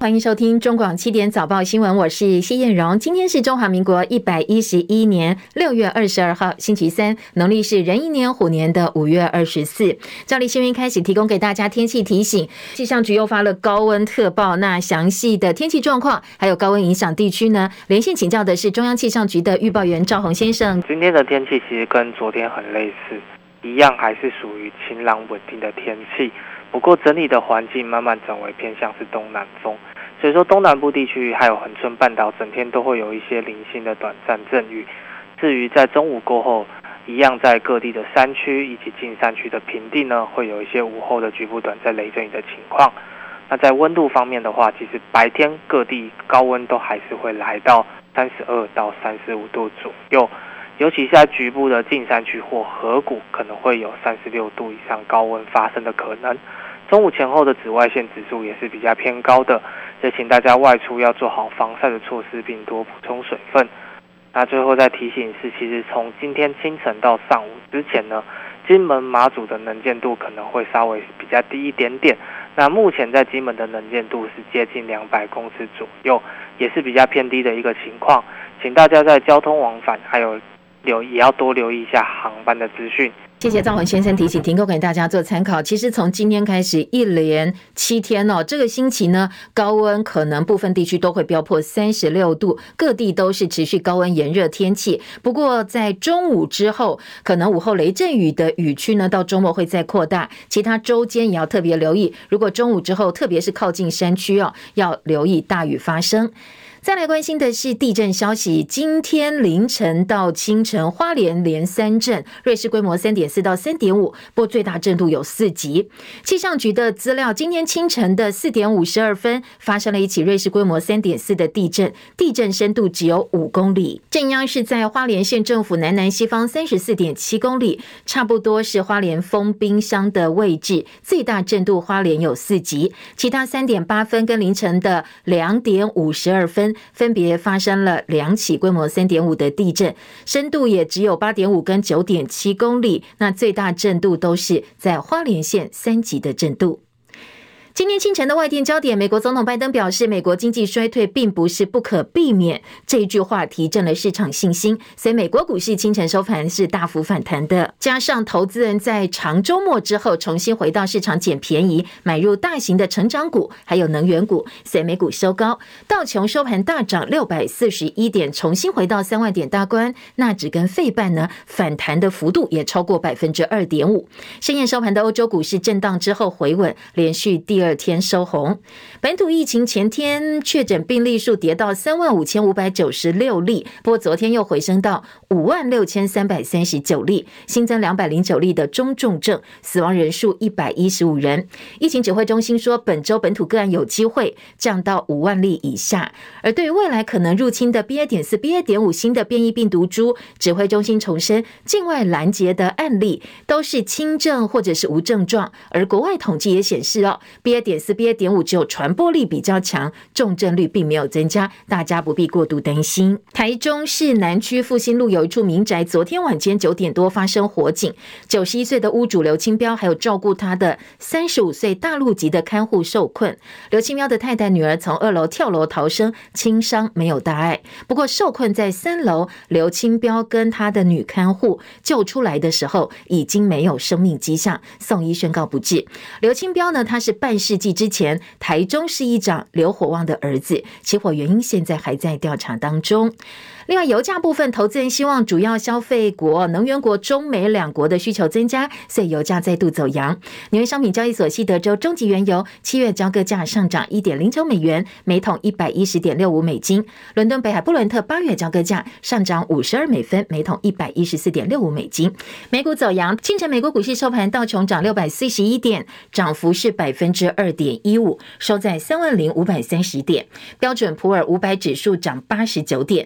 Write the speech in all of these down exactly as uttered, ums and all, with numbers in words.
欢迎收听中广七点早报新闻，我是谢燕荣。今天是中华民国一百一十一年六月二十二号星期三，农历是壬寅年虎年的五月二十四。照例新闻开始提供给大家天气提醒，气象局又发了高温特报，那详细的天气状况还有高温影响地区呢，连线请教的是中央气象局的预报员赵宏先生。 今天的天气其实跟昨天很类似，一样还是属于晴朗稳定的天气，不过整体的环境慢慢转为偏向是东南风，所以说东南部地区还有恒春半岛整天都会有一些零星的短暂阵雨。至于在中午过后，一样在各地的山区以及近山区的平地呢，会有一些午后的局部短暂雷阵雨的情况。那在温度方面的话，其实白天各地高温都还是会来到三十二到三十五度左右，尤其是在局部的近山区或河谷，可能会有三十六度以上高温发生的可能。中午前后的紫外线指数也是比较偏高的，所以请大家外出要做好防晒的措施，并多补充水分。那最后再提醒是，其实从今天清晨到上午之前呢，金门马祖的能见度可能会稍微比较低一点点。那目前在金门的能见度是接近两百公尺左右，也是比较偏低的一个情况，请大家在交通往返还有留也要多留意一下航班的资讯。 谢谢赵宏先生提醒，提供给大家做参考。其实从今天开始一连七天哦，这个星期呢，高温可能部分地区都会飙破三十六度，各地都是持续高温炎热天气。不过在中午之后，可能午后雷阵雨的雨区呢，到周末会再扩大，其他周间也要特别留意。如果中午之后，特别是靠近山区哦，要留意大雨发生。再来关心的是地震消息，今天凌晨到清晨，花莲连三震，瑞士规模 三点四 到 三点五， 不过最大震度有四级。气象局的资料，今天清晨的四点五十二分发生了一起瑞士规模 三点四 的地震，地震深度只有五公里，震央是在花莲县政府南南西方 三十四点七公里，差不多是花莲丰滨乡的位置，最大震度花莲有四级。其他 三点八分跟凌晨的两点五十二分分别发生了两起规模 三点五 的地震，深度也只有 八点五 跟 九点七公里，那最大震度都是在花莲县三级的震度。今天清晨的外电焦点，美国总统拜登表示，美国经济衰退并不是不可避免，这一句话提振了市场信心，所以美国股市清晨收盘是大幅反弹的，加上投资人在长周末之后重新回到市场捡便宜，买入大型的成长股还有能源股，所以美股收高，道琼收盘大涨六百四十一点，重新回到三万点大关，纳指跟费半呢反弹的幅度也超过 百分之二点五。 深夜收盘的欧洲股市震荡之后回稳，连续第二第二天收红。本土疫情前天确诊病例数跌到 三万五千五百九十六 例，不过昨天又回升到 五万六千三百三十九 例，新增两百零九例的中重症，死亡人数一百一十五人。疫情指挥中心说，本周本土个案有机会降到五万例以下。而对于未来可能入侵的 B A 点四、B A 点五 新的变异病毒株，指挥中心重申，境外拦截的案例都是轻症或者是无症状，而国外统计也显示哦 B A 点四、B A 点五 只有传播力比较强，重症率并没有增加，大家不必过度担心。台中市南区复兴路有一处民宅，昨天晚间九点多发生火警，九十一岁的屋主刘清标还有照顾他的三十五岁大陆籍的看护受困，刘清标的太太女儿从二楼跳楼逃生，轻伤没有大碍，不过受困在三楼，刘清标跟他的女看护救出来的时候已经没有生命迹象，送医宣告不治。刘清标呢，他是半世纪之前台中市议长刘火旺的儿子，起火原因现在还在调查当中。另外油价部分，投资人希望主要消费国能源国中美两国的需求增加，所以油价再度走扬。纽约商品交易所西德州中级原油七月交割价上涨 一点零九美元，每桶 一百一十点六五美金。伦敦北海布伦特八月交割价上涨五十二美分，每桶 一百一十四点六五美金。美股走扬，清晨美国股市收盘，道琼涨六百四十一点，涨幅是 百分之二点一五， 收在三万零五百三十点。标准普尔五百指数涨八十九点，涨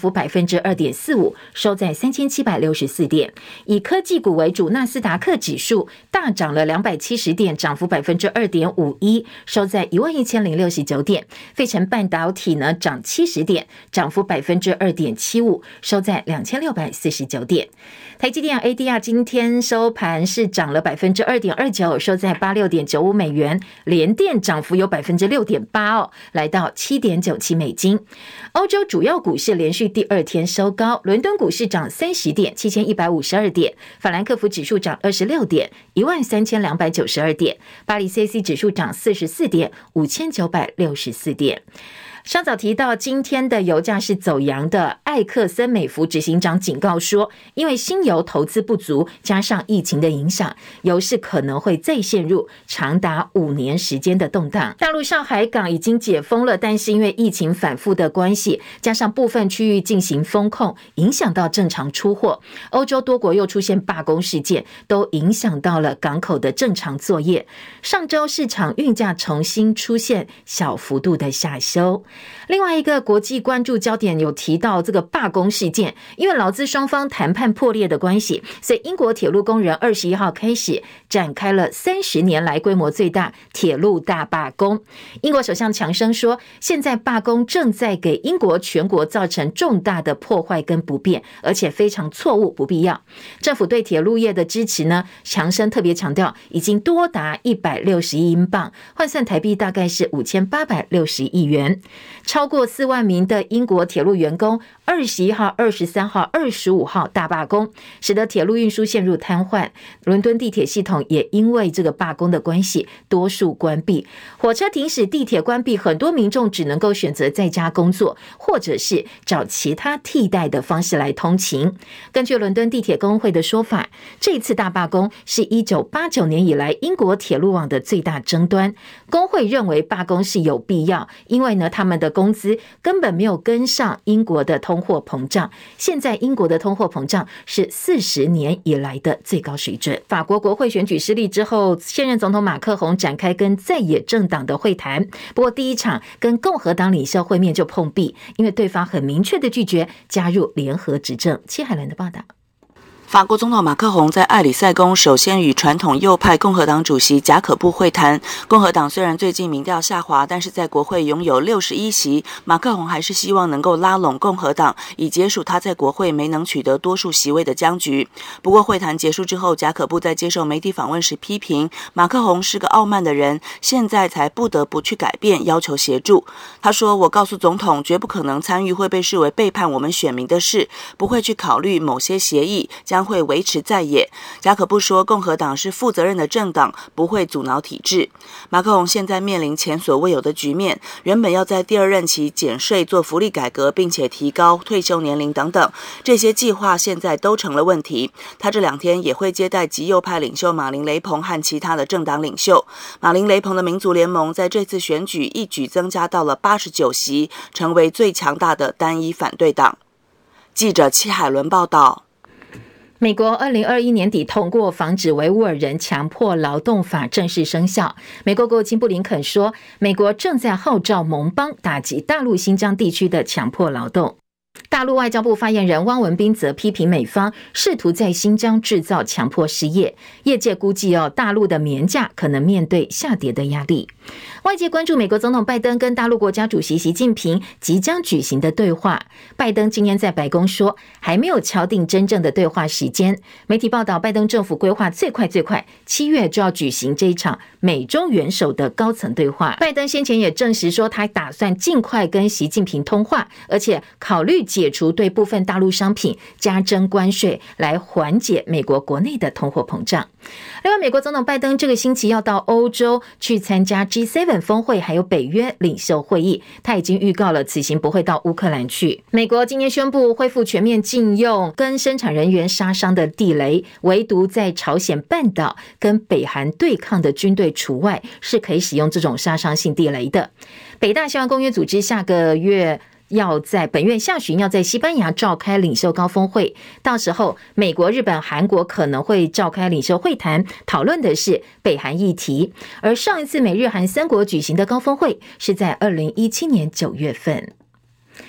幅百分之二点四五，收在三千七百六十四点。以科技股为主，纳斯达克指数大涨了两百七十点，涨幅百分之二点五一，收在一万一千零六十九点。费城半导体呢涨七十点，涨幅百分之二点七五，收在两千六百四十九点。台积电 A D R 今天收盘是涨了百分之二点二九，收在八六点九五美元。联电涨幅有百分之六点八哦，来到七点九七美金。欧洲主要股市连续第二天收高，伦敦股市涨三十点，七千一百五十二点；法兰克福指数涨二十六点，一万三千两百九十二点；巴黎 C A C 指数涨四十四点，五千九百六十四点。上早提到今天的油价是走阳的，艾克森美孚执行长警告说，因为新油投资不足，加上疫情的影响，油市可能会再陷入长达五年时间的动荡。大陆上海港已经解封了，但是因为疫情反复的关系，加上部分区域进行封控，影响到正常出货。欧洲多国又出现罢工事件，都影响到了港口的正常作业。上周市场运价重新出现小幅度的下修。另外一个国际关注焦点有提到这个罢工事件，因为劳资双方谈判破裂的关系，所以英国铁路工人二十一号开始展开了三十年来规模最大铁路大罢工。英国首相强生说，现在罢工正在给英国全国造成重大的破坏跟不便，而且非常错误不必要。政府对铁路业的支持呢，强生特别强调已经多达一百六十亿英镑，换算台币大概是五千八百六十亿元。超过四万名的英国铁路员工二十一号、二十三号、二十五号大罢工，使得铁路运输陷入瘫痪。伦敦地铁系统也因为这个罢工的关系多数关闭，火车停驶，地铁关闭，很多民众只能够选择在家工作，或者是找其他替代的方式来通勤。根据伦敦地铁工会的说法，这次大罢工是一九八九年以来英国铁路网的最大争端。工会认为罢工是有必要，因为呢他们的工资根本没有跟上英国的通货膨胀，现在英国的通货膨胀是四十年以来的最高水准。法国国会选举失利之后，现任总统马克宏展开跟在野政党的会谈，不过第一场跟共和党领袖会面就碰壁，因为对方很明确的拒绝加入联合执政。戚海伦的报道。 法国总统马克宏在艾里塞宫首先与传统右派共和党主席贾可布会谈。共和党虽然最近民调下滑，但是在国会拥有六十一席，马克宏还是希望能够拉拢共和党，以结束他在国会没能取得多数席位的僵局。不过会谈结束之后，贾可布在接受媒体访问时批评马克宏是个傲慢的人，现在才不得不去改变，要求协助。他说，我告诉总统，绝不可能参与会被视为背叛我们选民的事，不会去考虑某些协议，将会维持在野。贾可布说，共和党是负责任的政党，不会阻挠体制。马克宏现在面临前所未有的局面，原本要在第二任期减税、做福利改革，并且提高退休年龄等等，这些计划现在都成了问题。他这两天也会接待极右派领袖马林·雷朋和其他的政党领袖。马林·雷朋的民族联盟在这次选举一举增加到了八十九席，成为最强大的单一反对党。记者戚海伦报道。 美国二零二一年底通过防止维吾尔人强迫劳动法正式生效。美国国务卿布林肯说，美国正在号召盟邦打击大陆新疆地区的强迫劳动。大陆外交部发言人汪文斌则批评美方试图在新疆制造强迫失业，业界估计哦，大陆的棉价可能面对下跌的压力。外界关注美国总统拜登跟大陆国家主席习近平即将举行的对话。拜登今天在白宫说，还没有敲定真正的对话时间。媒体报道，拜登政府规划最快最快七月就要举行这一场美中元首的高层对话。拜登先前也证实说，他打算尽快跟习近平通话，而且考虑解除对部分大陆商品加征关税，来缓解美国国内的通货膨胀。另外，美国总统拜登这个星期要到欧洲去参加 G 七 峰会，还有北约领袖会议，他已经预告了此行不会到乌克兰去。美国今年宣布恢复全面禁用跟生产人员杀伤的地雷，唯独在朝鲜半岛跟北韩对抗的军队除外，是可以使用这种杀伤性地雷的。北大西洋公约组织下个月要在本月下旬要在西班牙召开领袖高峰会，到时候美国、日本、韩国可能会召开领袖会谈，讨论的是北韩议题。而上一次美日韩三国举行的高峰会是在二零一七年九月份。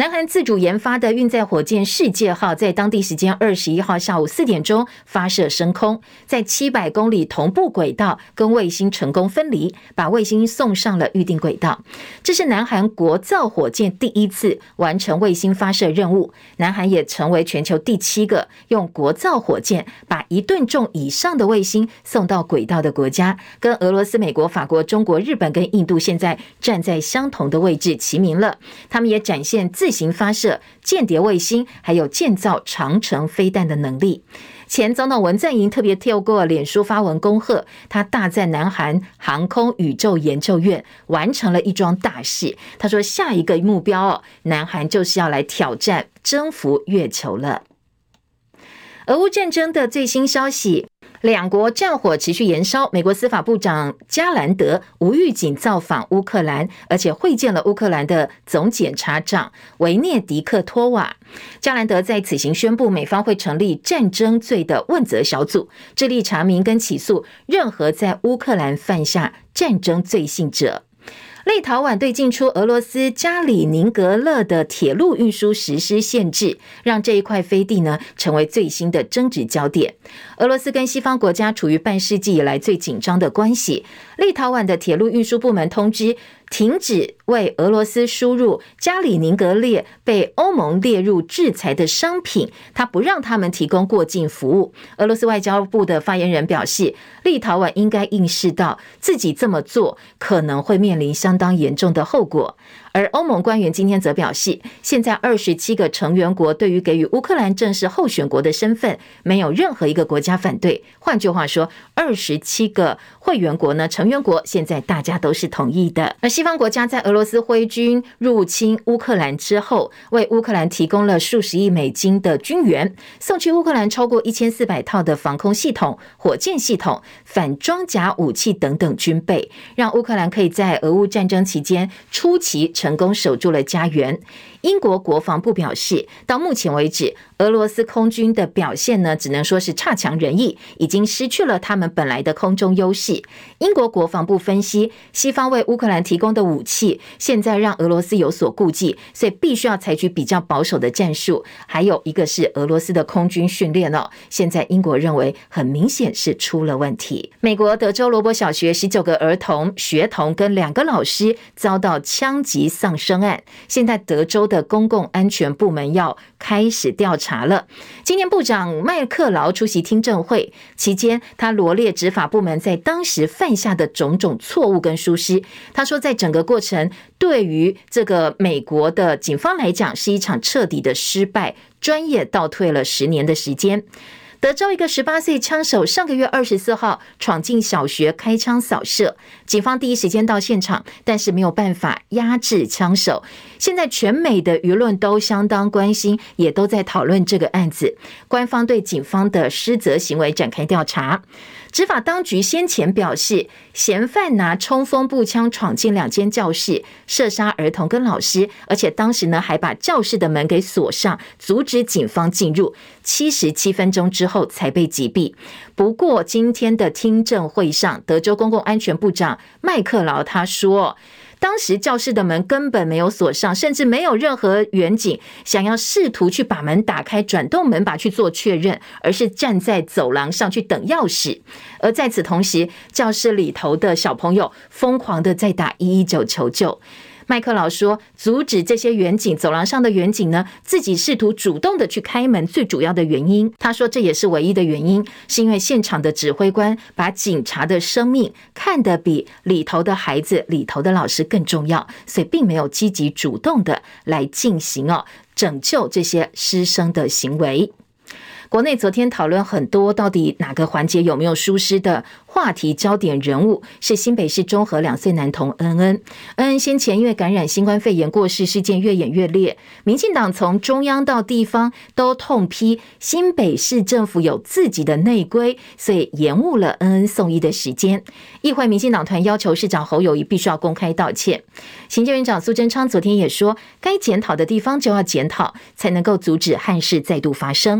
南韩自主研发的运载火箭世界号在当地时间二十一号下午四点钟发射升空，在七百公里同步轨道跟卫星成功分离，把卫星送上了预定轨道。这是南韩国造火箭第一次完成卫星发射任务，南韩也成为全球第七个用国造火箭把一吨重以上的卫星送到轨道的国家，跟俄罗斯、美国、法国、中国、日本跟印度现在站在相同的位置齐名了。他们也展现自行发射间谍卫星还有建造长程飞弹的能力。前总统文在寅特别透过脸书发文恭贺，他大赞南韩航空宇宙研究院完成了一桩大事。他说下一个目标哦，南韩就是要来挑战征服月球了。俄乌战争的最新消息，两国战火持续延烧，美国司法部长加兰德无预警造访乌克兰，而且会见了乌克兰的总检察长维涅迪克托瓦。加兰德在此行宣布，美方会成立战争罪的问责小组，致力查明跟起诉任何在乌克兰犯下战争罪行者。立陶宛对进出俄罗斯加里宁格勒的铁路运输实施限制，让这一块飞地呢成为最新的争执焦点。俄罗斯跟西方国家处于半世纪以来最紧张的关系，立陶宛的铁路运输部门通知停止为俄罗斯输入加里宁格勒被欧盟列入制裁的商品，他不让他们提供过境服务。俄罗斯外交部的发言人表示，立陶宛应该意识到自己这么做可能会面临相当严重的后果。而欧盟官员今天则表示，现在二十七个成员国对于给予乌克兰正式候选国的身份，没有任何一个国家反对。换句话说，二十七个会员国呢，成员国现在大家都是同意的。而西方国家在俄罗斯挥军入侵乌克兰之后，为乌克兰提供了数十亿美金的军援，送去乌克兰超过一千四百套的防空系统、火箭系统、反装甲武器等等军备，让乌克兰可以在俄乌战争期间初期成功守住了家园。英国国防部表示，到目前为止，俄罗斯空军的表现呢，只能说是差强人意，已经失去了他们本来的空中优势。英国国防部分析，西方为乌克兰提供的武器，现在让俄罗斯有所顾忌，所以必须要采取比较保守的战术。还有一个是俄罗斯的空军训练哦，现在英国认为很明显是出了问题。美国德州罗伯小学十九个儿童、学童跟两个老师遭到枪击丧生案，现在德州的公共安全部门要开始调查了。今天部长麦克劳出席听证会期间，他罗列执法部门在当时犯下的种种错误跟疏失。他说，在整个过程对于这个美国的警方来讲是一场彻底的失败，专业倒退了十年的时间。德州一个十八岁枪手上个月二十四号闯进小学开枪扫射，警方第一时间到现场，但是没有办法压制枪手。现在全美的舆论都相当关心，也都在讨论这个案子。官方对警方的失责行为展开调查。执法当局先前表示，嫌犯拿冲锋步枪闯进两间教室，射杀儿童跟老师，而且当时呢还把教室的门给锁上，阻止警方进入。七十七分钟之后才被击毙。不过今天的听证会上，德州公共安全部长麦克劳他说，当时教室的门根本没有锁上，甚至没有任何员警想要试图去把门打开，转动门把去做确认，而是站在走廊上去等钥匙。而在此同时，教室里头的小朋友疯狂的在打一一九求救。麦克劳说，阻止这些员警，走廊上的员警呢，自己试图主动的去开门，最主要的原因，他说这也是唯一的原因，是因为现场的指挥官把警察的生命看得比里头的孩子、里头的老师更重要，所以并没有积极主动的来进行哦拯救这些师生的行为。国内昨天讨论很多，到底哪个环节有没有疏失的话题焦点人物是新北市中和两岁男童恩恩。恩恩先前因为感染新冠肺炎过世，事件越演越烈，民进党从中央到地方都痛批新北市政府有自己的内规，所以延误了恩恩送医的时间。议会民进党团要求市长侯友宜必须要公开道歉。行政院长苏贞昌昨天也说，该检讨的地方就要检讨，才能够阻止憾事再度发生。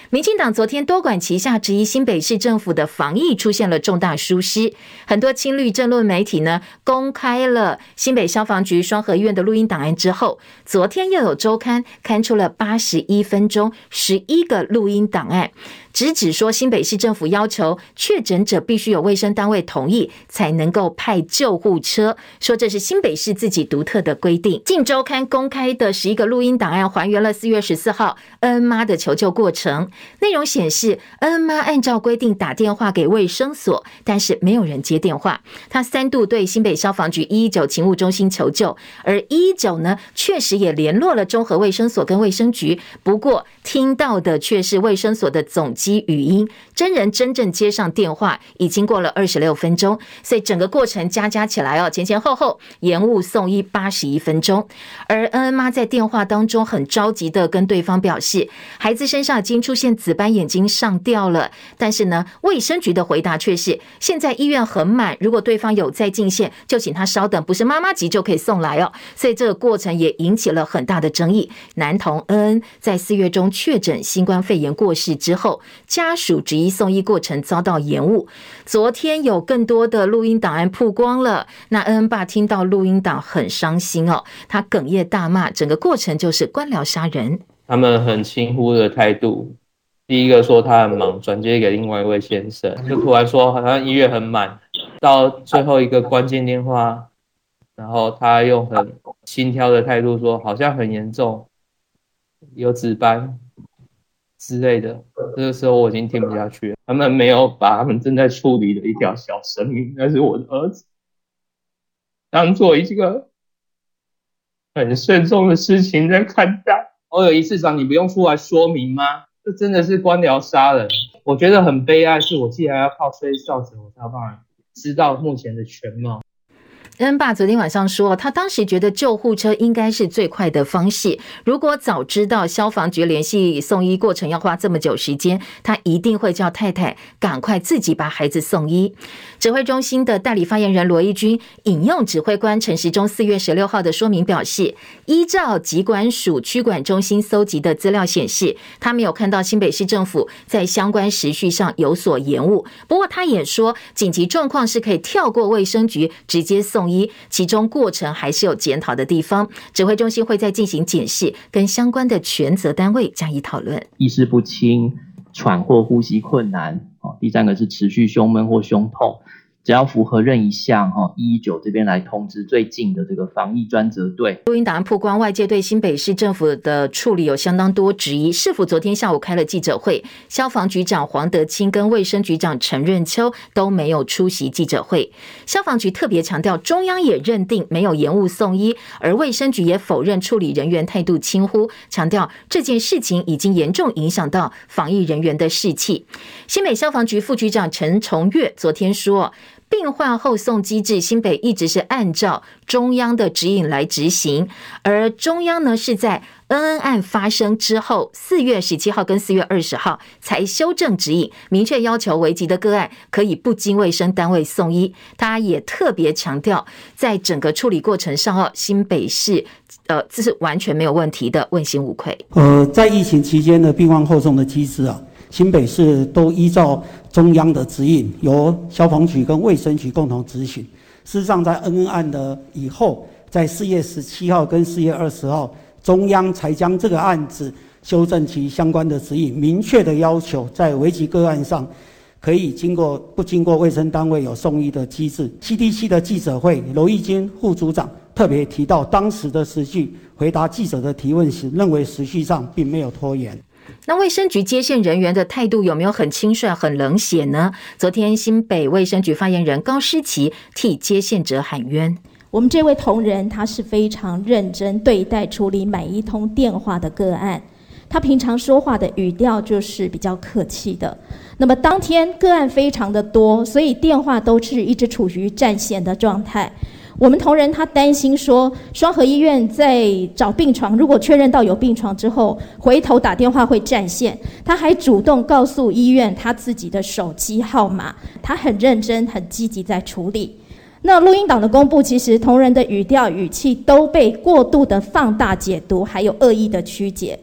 民进党昨天多管齐下，质疑新北市政府的防疫出现了重大疏失。很多亲绿政论媒体呢公开了新北消防局双和医院的录音档案之后，昨天又有周刊刊出了八十一分钟十一个录音档案，直指说新北市政府要求确诊者必须有卫生单位同意才能够派救护车，说这是新北市自己独特的规定。镜周刊公开的十一个录音档案还原了四月十四号恩恩妈的求救过程，内容显示恩恩妈按照规定打电话给卫生所，但是没有人接电话，她三度对新北消防局一一九勤务中心求救，而一一九呢确实也联络了中和卫生所跟卫生局，不过听到的却是卫生所的总机语音，真人真正接上电话已经过了二十六分钟，所以整个过程加加起来哦，前前后后延误送医八十一分钟。而恩恩妈在电话当中很着急的跟对方表示，孩子身上已经出现紫斑，眼睛上吊了，但是呢卫生局的回答却是现在医院很满，如果对方有在进线就请他稍等，不是妈妈急就可以送来哦。所以这个过程也引起了很大的争议。男童恩恩在四月中确诊新冠肺炎过世之后，家属质疑送医过程遭到延误。昨天有更多的录音档案曝光了，那恩恩爸听到录音档很伤心哦，他哽咽大骂，整个过程就是官僚杀人。 他们很轻忽的态度，第一个说他很忙，转接给另外一位先生，就突然说好像医院很满，到最后一个关键电话，然后他用很轻佻的态度说好像很严重，有紫斑之类的。这个时候我已经听不下去了，他们没有把他们正在处理的一条小生命，那是我的儿子，当做一个很慎重的事情在看待。欧友宜市长，你不用出来说明吗？这真的是官僚杀人。我觉得很悲哀，是我既然要靠吹哨者，我才有办法知道目前的全貌。 恩爸昨天晚上说，他当时觉得救护车应该是最快的方式，如果早知道消防局联系送医过程要花这么久时间，他一定会叫太太赶快自己把孩子送医。指挥中心的代理发言人罗一军引用指挥官陈时中四月十六号的说明表示，依照疾管署区管中心搜集的资料显示，他没有看到新北市政府在相关时序上有所延误。不过他也说，紧急状况是可以跳过卫生局直接送医，其中过程还是有检讨的地方，指挥中心会再进行检视，跟相关的权责单位加以讨论。 意识不清、喘或呼吸困难，第三个是持续胸闷或胸痛，只要符合任一项，一一九这边来通知最近的这个防疫专责队。 录音档案曝光，外界对新北市政府的处理有相当多质疑。市府昨天下午开了记者会，消防局长黄德清跟卫生局长陈润秋都没有出席记者会。消防局特别强调，中央也认定没有延误送医，而卫生局也否认处理人员态度轻忽，强调这件事情已经严重影响到防疫人员的士气。新北消防局副局长陈崇岳昨天说，病患后送机制，新北一直是按照中央的指引来执行，而中央呢是在恩恩案发生之后，四月十七号跟四月二十号才修正指引，明确要求危急的个案可以不经卫生单位送医。他也特别强调，在整个处理过程上哦，新北市呃这是完全没有问题的，问心无愧。 呃，在疫情期间的病患后送的机制啊，新北市都依照中央的指引，由消防局跟卫生局共同执行。事实上，在恩恩案的以后，在四月十七号跟四月二十号，中央才将这个案子修正其相关的指引，明确的要求在危急个案上可以经过不经过卫生单位有送医的机制。C D C 的记者会，罗义军副组长特别提到，当时的时序回答记者的提问时，认为时序上并没有拖延。 那卫生局接线人员的态度有没有很轻率、很冷血呢？昨天新北卫生局发言人高诗琪替接线者喊冤。 我们这位同仁他是非常认真对待处理每一通电话的个案，他平常说话的语调就是比较客气的。那么当天个案非常的多，所以电话都是一直处于占线的状态。我们同仁他担心说，双和医院在找病床，如果确认到有病床之后，回头打电话会占线。他还主动告诉医院他自己的手机号码，他很认真、很积极在处理。那录音档的公布，其实同仁的语调、语气都被过度的放大解读，还有恶意的曲解。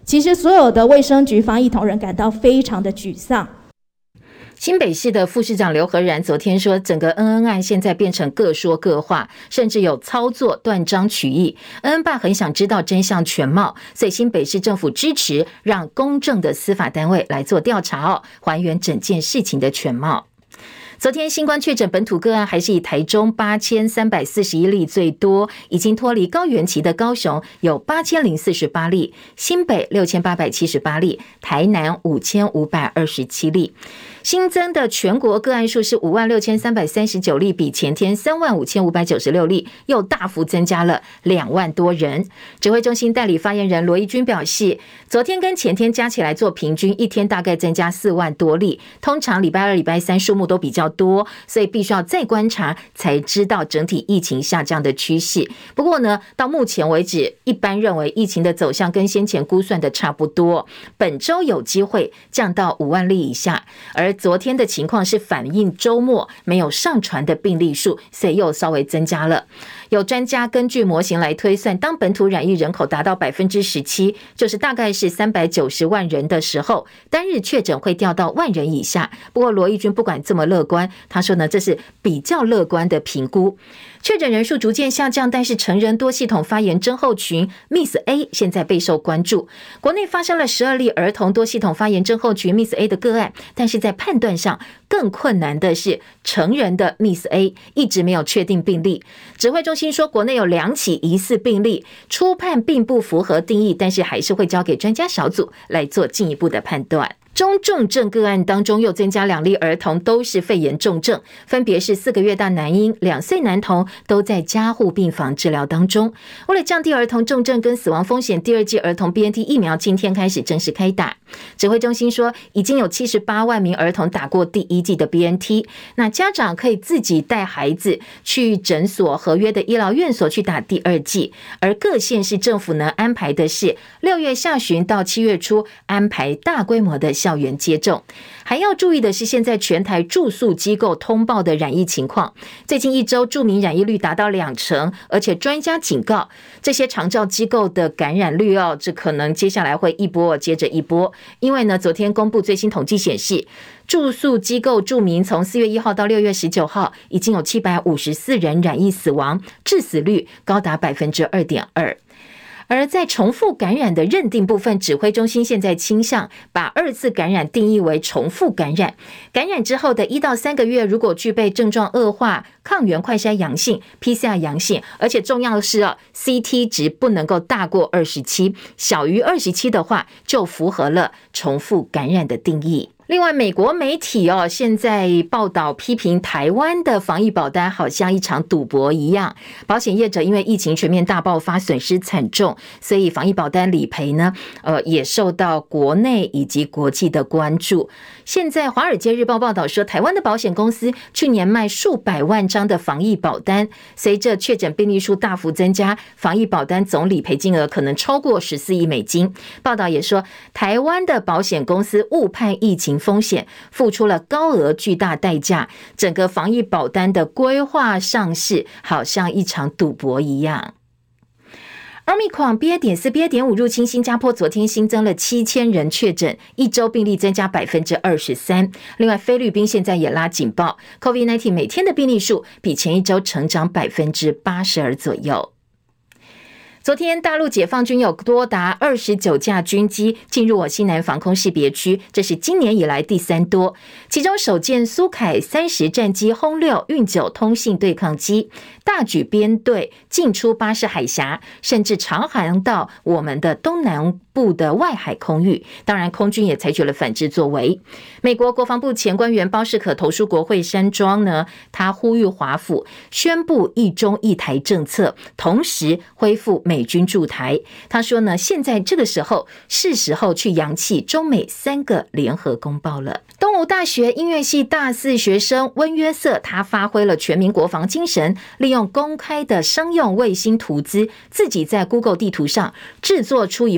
其实所有的卫生局防疫同仁感到非常的沮丧。 新北市的副市长刘和然昨天说，整个恩恩案现在变成各说各话，甚至有操作断章取义。恩恩爸很想知道真相全貌，所以新北市政府支持让公正的司法单位来做调查哦，还原整件事情的全貌。昨天新冠确诊本土个案还是以台中八千三百四十一例最多，已经脱离高原期的高雄有八千零四十八例，新北六千八百七十八例，台南五千五百二十七例。新增的全国个案数是五万六千三百三十九例，比前天三万五千五百九十六例又大幅增加了两万多人。指挥中心代理发言人罗一军表示，昨天跟前天加起来做平均，一天大概增加四万多例。通常礼拜二、礼拜三数目都比较多，所以必须要再观察才知道整体疫情下降的趋势。不过呢，到目前为止，一般认为疫情的走向跟先前估算的差不多，本周有机会降到五万例以下。而昨天的情况是反映周末没有上传的病例数，所以又稍微增加了。有专家根据模型来推算，当本土染疫人口达到 百分之十七， 就是大概是三百九十万人的时候，单日确诊会掉到万人以下。不过罗义军不管这么乐观，他说呢，这是比较乐观的评估。确诊人数逐渐下降，但是成人多系统发炎症候群 M I S A 现在备受关注。国内发生了十二例儿童多系统发炎症候群 M I S A 的个案，但是在判断上更困难的是成人的 M I S A 一直没有确定病例。指挥中心说，国内有两起疑似病例，初判并不符合定义，但是还是会交给专家小组来做进一步的判断。中重症个案当中又增加两例儿童，都是肺炎重症，分别是四个月大男婴、两岁男童，都在加护病房治疗当中。为了降低儿童重症跟死亡风险，第二剂儿童 B N T 疫苗今天开始正式开打。指挥中心说，已经有七十八万名儿童打过第一剂的 B N T， 那家长可以自己带孩子去诊所合约的医疗院所去打第二剂，而各县市政府呢安排的是六月下旬到七月初安排大规模的校园接种。还要注意的是，现在全台住宿机构通报的染疫情况，最近一周住民染疫率达到两成，而且专家警告，这些长照机构的感染率哦，这可能接下来会一波接着一波。因为呢，昨天公布最新统计显示，住宿机构住民从四月一号到六月十九号，已经有七百五十四人染疫死亡，致死率高达 百分之二点二。而在重复感染的认定部分，指挥中心现在倾向把二次感染定义为重复感染。感染之后的一到三个月，如果具备症状恶化、抗原快筛阳性、P C R 阳性，而且重要的是啊 ，C T 值不能够大过二十七，小于二十七的话，就符合了重复感染的定义。另外，美国媒体哦，现在报道批评台湾的防疫保单好像一场赌博一样，保险业者因为疫情全面大爆发，损失惨重，所以防疫保单理赔呢，呃，也受到国内以及国际的关注。现在《华尔街日报》报道说，台湾的保险公司去年卖数百万张的防疫保单，随着确诊病例数大幅增加，防疫保单总理赔金额可能超过十四亿美金。报道也说，台湾的保险公司误判疫情风险，付出了高额巨大代价，整个防疫保单的规划上市好像一场赌博一样。Omicron B A 点四、B A 点五入侵新加坡，昨天新增了七千人确诊，一周病例增加 百分之二十三。另外，菲律宾现在也拉警报 ，COVID 十九 每天的病例数比前一周成长 百分之八十二 左右。昨天，大陆解放军有多达二十九架军机进入我西南防空识别区，这是今年以来第三多。其中首舰苏凯三十战机轰六运九通信对抗机，大举编队进出巴士海峡，甚至长航到我们的东南部的外海空域。当然，空军也采取了反制作为。美国国防部前官员包士可投书国会山庄呢，他呼吁华府宣布一中一台政策，同时恢复美军驻台。他说呢，现在这个时候是时候去扬弃中美三个联合公报了。东吴大学音乐系大四学生温约瑟，他发挥了全民国防精神，利用公开的商用卫星图资，自己在 Google 地图上制作出一份相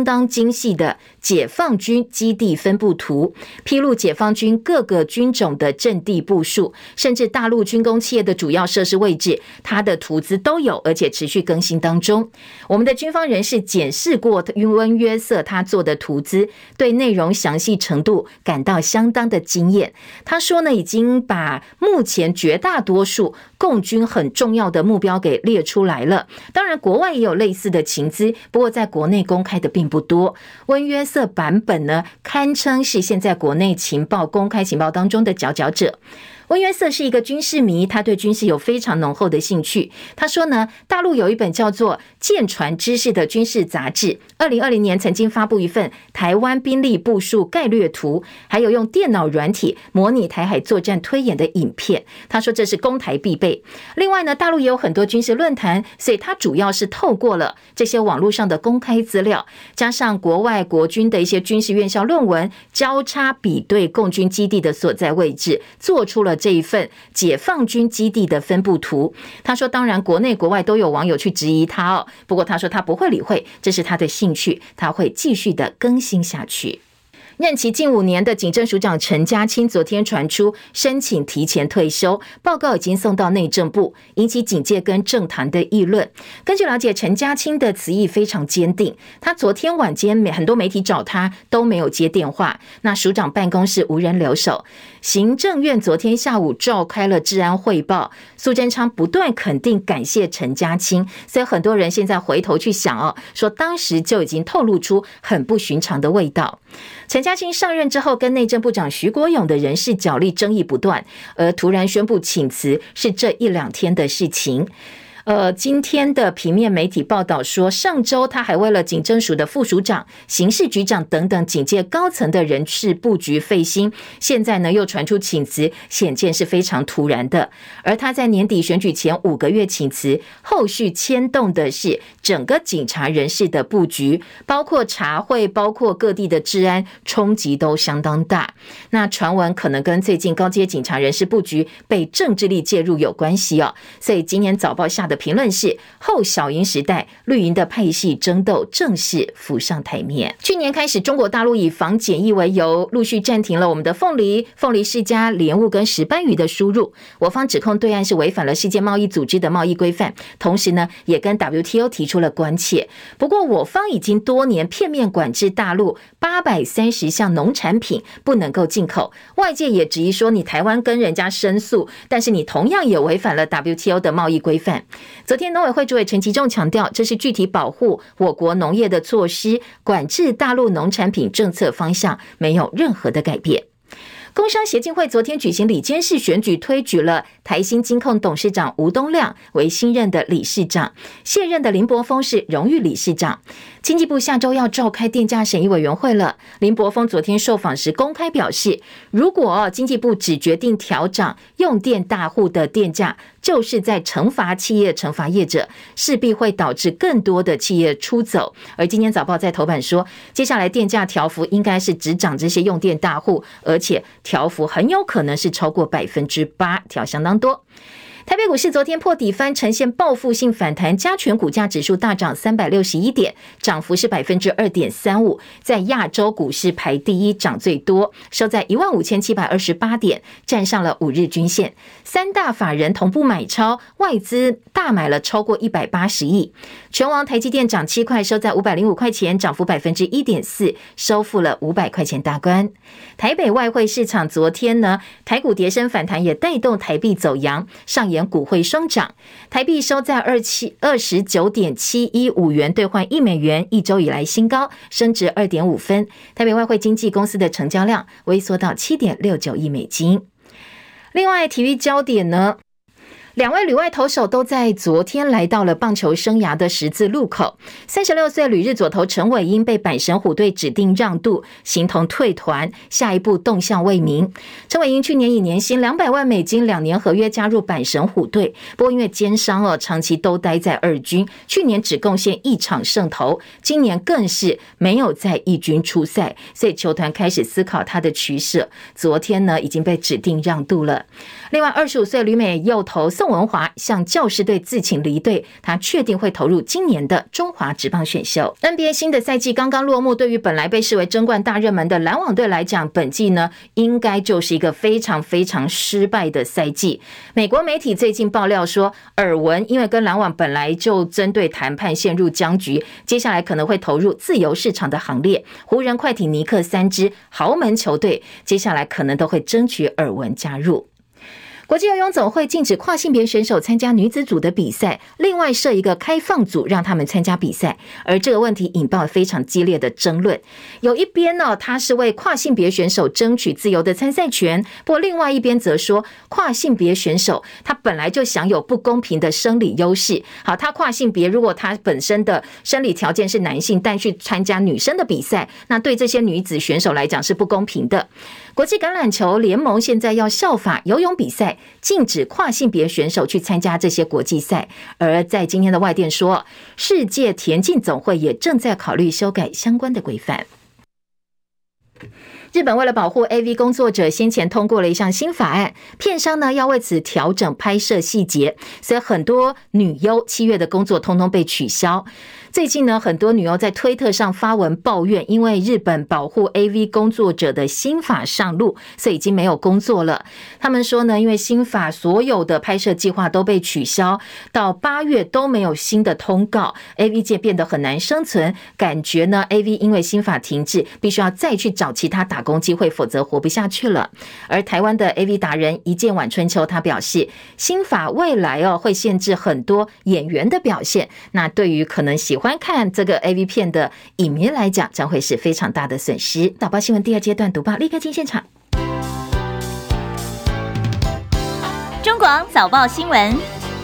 相当精细的解放军基地分布图，披露解放军各个军种的阵地部署，甚至大陆军工企业的主要设施位置，它的图资都有，而且持续更新当中。我们的军方人士检视过温约瑟他做的图资，对内容详细程度感到相当的惊艳。他说呢，已经把目前绝大多数共军很重要的目标给列出来了。当然国外也有类似的情资，不过在国内公开的并不多。温约瑟版本呢，堪称是现在国内情报公开情报当中的佼佼者。温约瑟是一个军事迷，他对军事有非常浓厚的兴趣。他说呢，大陆有一本叫做《舰船知识》的军事杂志，二零二零年曾经发布一份台湾兵力部署概略图，还有用电脑软体模拟台海作战推演的影片。他说这是攻台必备。另外呢，大陆也有很多军事论坛，所以他主要是透过了这些网络上的公开资料，加上国外国军的一些军事院校论文，交叉比对共军基地的所在位置，做出了这一份解放军基地的分布图。他说当然国内国外都有网友去质疑他哦，不过他说他不会理会，这是他的兴趣，他会继续的更新下去。任期近五年的警政署长陈家清昨天传出申请提前退休，报告已经送到内政部，引起警界跟政坛的议论。根据了解，陈家清的词意非常坚定，他昨天晚间很多媒体找他都没有接电话，那署长办公室无人留守。行政院昨天下午召开了治安汇报，苏贞昌不断肯定感谢陈家清，所以很多人现在回头去想哦，说当时就已经透露出很不寻常的味道。陈家清上任之后，跟内政部长徐国勇的人事角力争议不断，而突然宣布请辞是这一两天的事情。呃，今天的平面媒体报道说，上周他还为了警政署的副署长、刑事局长等等警界高层的人事布局费心，现在呢又传出请辞，显见是非常突然的。而他在年底选举前五个月请辞，后续牵动的是整个警察人事的布局，包括查会，包括各地的治安冲击都相当大。那传闻可能跟最近高阶警察人事布局被政治力介入有关系哦。所以今年早报下的评论是，后小英时代绿营的派系争斗正式浮上台面。去年开始，中国大陆以防检疫为由，陆续暂停了我们的凤梨、凤梨世家、莲雾跟石斑鱼的输入。我方指控对岸是违反了世界贸易组织的贸易规范，同时呢，也跟 W T O 提出了关切。不过，我方已经多年片面管制大陆八百三十项农产品不能够进口，外界也质疑说，你台湾跟人家申诉，但是你同样也违反了 W T O 的贸易规范。昨天农委会主委陈吉仲强调，这是具体保护我国农业的措施，管制大陆农产品政策方向没有任何的改变。工商协进会昨天举行理监事选举，推举了台新金控董事长吴东亮为新任的理事长，现任的林柏峰是荣誉理事长。经济部下周要召开电价审议委员会了，林柏峰昨天受访时公开表示，如果经济部只决定调涨用电大户的电价，就是在惩罚企业、惩罚业者，势必会导致更多的企业出走。而今天早报在头版说，接下来电价调幅应该是只涨这些用电大户，而且调幅很有可能是超过百分之八，调相当多。台北股市昨天破底翻，呈现报复性反弹，加权股价指数大涨三百六十一点，涨幅是百分之二点三五，在亚洲股市排第一，涨最多，收在一万五千七百二十八点，站上了五日均线。三大法人同步买超，外资大买了超过一百八十亿。全网台积电涨七块，收在五百零五块钱，涨幅百分之一点四，收复了五百块钱大关。台北外汇市场昨天呢，台股跌升反弹，也带动台币走扬，上演股汇双涨，台币收在二十九点七一五元兑换一美元，一周以来新高，升值二点五分。台北外汇经纪公司的成交量微缩到七点六九亿美金。另外，体育焦点呢？两位旅外投手都在昨天来到了棒球生涯的十字路口。三十六岁旅日左投陈伟英被阪神虎队指定让渡，形同退团，下一步动向未明。陈伟英去年以年薪两百万美金两年合约加入阪神虎队，不过因为肩伤哦，长期都待在二军，去年只贡献一场胜投，今年更是没有在一军出赛，所以球团开始思考他的取舍。昨天呢，已经被指定让渡了。另外，二十五岁旅美右投宋宋文华向教师队自请离队，他确定会投入今年的中华职棒选秀。 N B A 新的赛季刚刚落幕，对于本来被视为争冠大热门的篮网队来讲，本季呢应该就是一个非常非常失败的赛季。美国媒体最近爆料说，耳闻因为跟篮网本来就针对谈判陷入僵局，接下来可能会投入自由市场的行列。湖人、快艇、尼克三支豪门球队，接下来可能都会争取耳闻加入。国际游泳总会禁止跨性别选手参加女子组的比赛，另外设一个开放组让他们参加比赛，而这个问题引爆了非常激烈的争论。有一边呢，他是为跨性别选手争取自由的参赛权，不过另外一边则说，跨性别选手他本来就享有不公平的生理优势。好，他跨性别，如果他本身的生理条件是男性，但去参加女生的比赛，那对这些女子选手来讲是不公平的。国际橄榄球联盟现在要效法游泳比赛，禁止跨性别选手去参加这些国际赛。而在今天的外电说，世界田径总会也正在考虑修改相关的规范。日本为了保护 A V 工作者，先前通过了一项新法案，片商呢要为此调整拍摄细节，所以很多女优七月的工作通通被取消。最近呢，很多女优在推特上发文抱怨，因为日本保护 A V 工作者的新法上路，所以已经没有工作了。他们说呢，因为新法所有的拍摄计划都被取消，到八月都没有新的通告， A V 界变得很难生存，感觉呢 A V 因为新法停滞，必须要再去找其他打工机会，否则活不下去了。而台湾的 A V 达人一见晚春秋，他表示，新法未来哦会限制很多演员的表现，那对于可能喜欢欢看这个 A V 片的影迷来讲，将会是非常大的损失。导报新闻第二阶段读报立刻进现场。 中广早报新闻。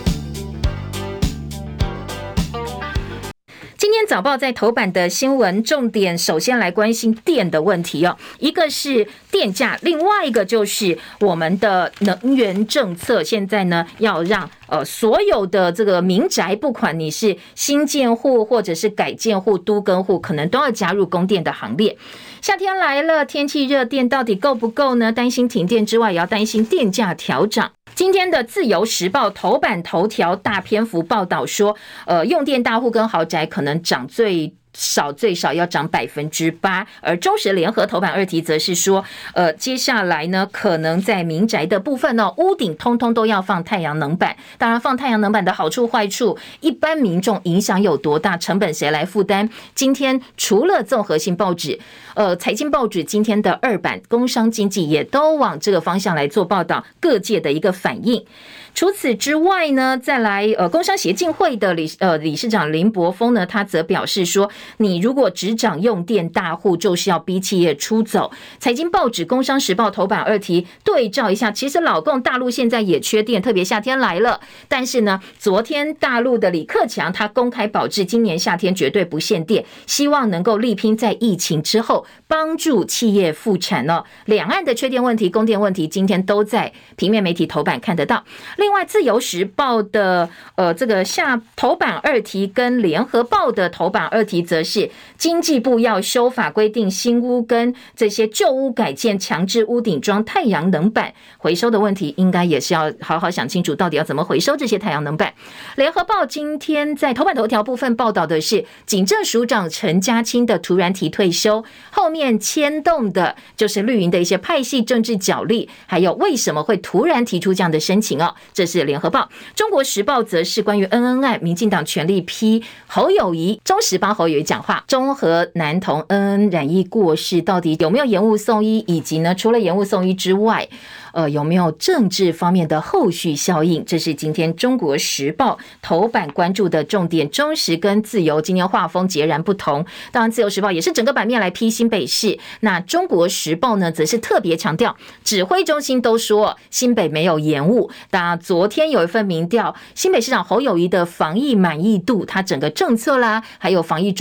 今天早报在头版的新闻重点，首先来关心电的问题哦，一个是电价，另外一个就是我们的能源政策，现在呢要让呃所有的这个民宅，不管你是新建户或者是改建户、都更户，可能都要加入供电的行列。夏天来了，天气热，电到底够不够呢？担心停电之外，也要担心电价调涨。今天的自由时报头版头条大篇幅报道说，呃，用电大户跟豪宅可能涨最少最少要涨百分之八，而中时联合头版二题则是说，呃，接下来呢，可能在民宅的部分呢，屋顶通通都要放太阳能板。当然，放太阳能板的好处坏处，一般民众影响有多大，成本谁来负担？今天除了综合性报纸，呃，财经报纸今天的二版，工商经济也都往这个方向来做报道，各界的一个反应。除此之外呢，再来呃，工商协进会的理呃理事长林柏峰呢，他则表示说，你如果只涨用电大户，就是要逼企业出走。财经报纸《工商时报》头版二题对照一下，其实老共大陆现在也缺电，特别夏天来了。但是呢，昨天大陆的李克强他公开保证，今年夏天绝对不限电，希望能够力拼在疫情之后帮助企业复产哦。两岸的缺电问题、供电问题，今天都在平面媒体头版看得到。另外，《自由时报》的呃这个下头版二题跟《联合报》的头版二题，则是经济部要修法规定，新屋跟这些旧屋改建强制屋顶装太阳能板回收的问题，应该也是要好好想清楚，到底要怎么回收这些太阳能板。《联合报》今天在头版头条部分报道的是，警政署长陈家清的突然提退休，后面牵动的就是绿营的一些派系政治角力，还有为什么会突然提出这样的申请哦。这是联合报。中国时报则是关于恩恩案，民进党全力批侯友宜。中时帮侯友宜讲话，中和男童恩恩染疫过世，到底有没有延误送医，以及呢，除了延误送医之外，呃，有没有政治方面的后续效应？这是今天中国时报头版关注的重点。中时跟自由今天画风截然不同，当然自由时报也是整个版面来批新北市，那中国时报呢，则是特别强调，指挥中心都说新北没有延误。当然昨天有一份民调，新北市长侯友宜的防疫满意度，他整个政策啦，还有防疫状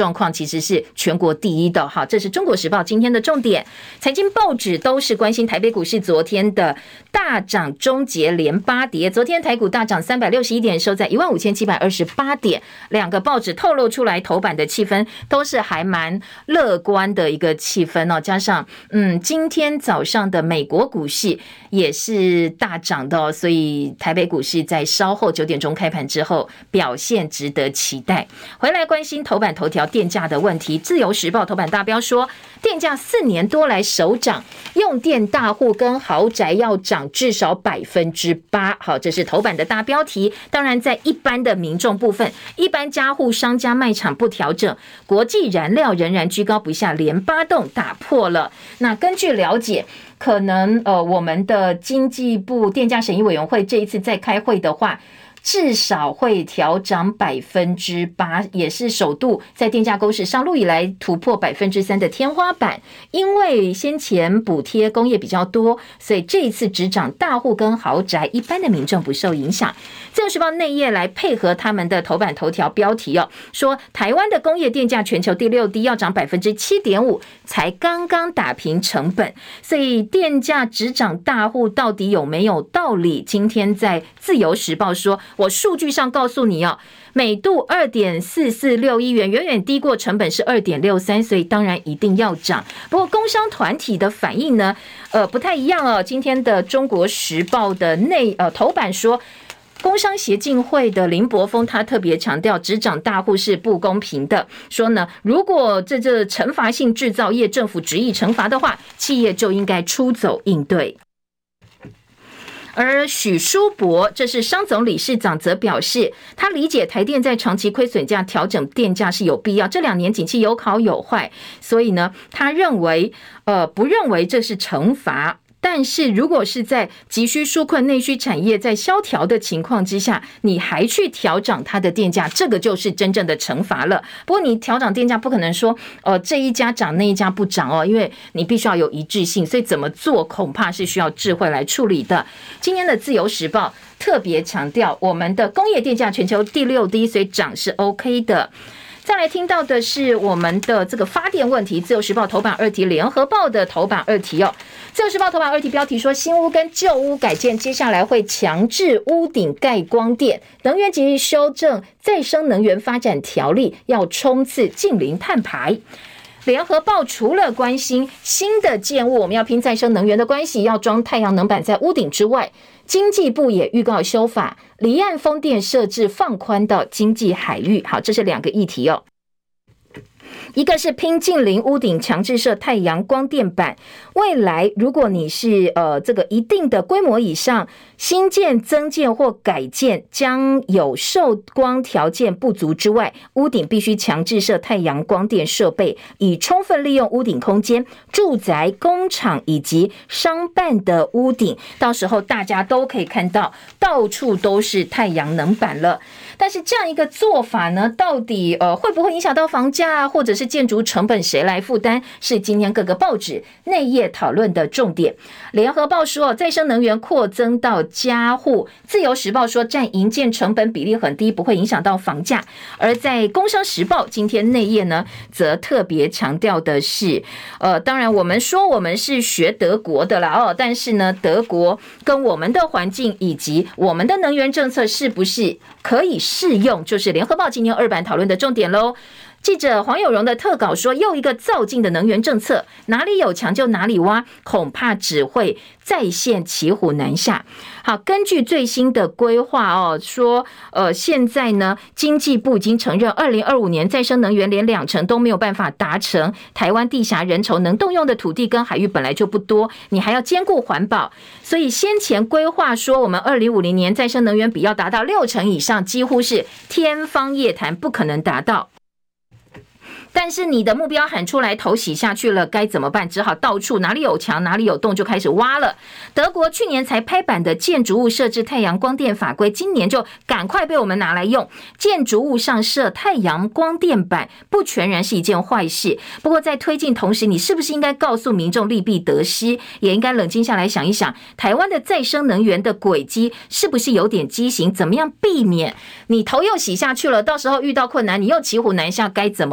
状况其实是全国第一的。好，这是中国时报今天的重点。财经报纸都是关心台北股市昨天的大涨终结连八跌，昨天台股大涨三百六十一点，收在一万五千七百二十八点。两个报纸透露出来头版的气氛都是还蛮乐观的一个气氛哦，加上嗯，今天早上的美国股市也是大涨的哦，所以台北股市在稍后九点钟开盘之后表现值得期待。回来关心头版头条电价的问题，自由时报头版大标说，电价四年多来首涨，用电大户跟豪宅要涨至少百分之八。好，这是头版的大标题。当然，在一般的民众部分，一般家户、商家、卖场不调整，国际燃料仍然居高不下，连八洞打破了。那根据了解，可能呃，我们的经济部电价审议委员会这一次在开会的话，至少会调涨百分之八，也是首度在电价公示上路以来突破百分之三的天花板。因为先前补贴工业比较多，所以这一次只涨大户跟豪宅，一般的民众不受影响。自由时报内页来配合他们的头版头条标题哦，说台湾的工业电价全球第六低，要涨百分之七点五，才刚刚打平成本，所以电价只涨大户到底有没有道理？今天在自由时报说，我数据上告诉你哦，每度 二点四四六亿元，远远低过成本是 二点六三， 所以当然一定要涨。不过工商团体的反应呢，呃，不太一样哦。今天的中国时报的内呃头版说，工商协进会的林柏峰他特别强调，只涨大户是不公平的，说呢，如果这这惩罚性制造业政府执意惩罚的话，企业就应该出走应对。而许书博，这是商总理事长，则表示，他理解台电在长期亏损价调整电价是有必要，这两年景气有好有坏，所以呢，他认为，呃，不认为这是惩罚。但是如果是在急需纾困内需产业在萧条的情况之下，你还去调涨它的电价，这个就是真正的惩罚了。不过你调涨电价不可能说呃这一家涨那一家不涨哦，因为你必须要有一致性，所以怎么做恐怕是需要智慧来处理的。今天的自由时报特别强调，我们的工业电价全球第六低，所以涨是 OK 的。再来听到的是我们的这个发电问题，自由时报头版二题，联合报的头版二题哦。自由时报头版二题标题说，新屋跟旧屋改建接下来会强制屋顶盖光电，能源局修正再生能源发展条例，要冲刺近零碳排。联合报除了关心新的建物我们要拼再生能源的关系，要装太阳能板在屋顶之外，经济部也预告修法，离岸风电设置放宽到经济海域。好，这是两个议题哦。一个是拼近邻屋顶强制设太阳光电板，未来如果你是呃这个一定的规模以上，新建、增建或改建将有受光条件不足之外，屋顶必须强制设太阳光电设备，以充分利用屋顶空间，住宅、工厂以及商办的屋顶，到时候大家都可以看到到处都是太阳能板了。但是这样一个做法呢，到底呃会不会影响到房价或者是建筑成本，谁来负担，是今天各个报纸内页讨论的重点。联合报说再生能源扩增到家户，自由时报说占营建成本比例很低，不会影响到房价。而在工商时报今天内页呢，则特别强调的是，呃，当然我们说我们是学德国的啦哦，但是呢，德国跟我们的环境以及我们的能源政策是不是可以适用，就是联合报今天二版讨论的重点咯。记者黄有荣的特稿说，又一个躁进的能源政策，哪里有墙就哪里挖，恐怕只会再现骑虎难下。好，根据最新的规划哦，说呃，现在呢，经济部已经承认，二零二五年再生能源连两成都没有办法达成。台湾地狭人稠，能动用的土地跟海域本来就不多，你还要兼顾环保，所以先前规划说，我们二零五零年再生能源比要达到六成以上，几乎是天方夜谭，不可能达到。但是你的目标喊出来，头洗下去了，该怎么办？只好到处哪里有墙哪里有洞就开始挖了。德国去年才拍板的建筑物设置太阳光电法规，今年就赶快被我们拿来用。建筑物上设太阳光电板不全然是一件坏事，不过在推进同时，你是不是应该告诉民众利弊得失，也应该冷静下来想一想，台湾的再生能源的轨迹是不是有点畸形？怎么样避免你头又洗下去了，到时候遇到困难你又骑虎难下，该怎么办哦？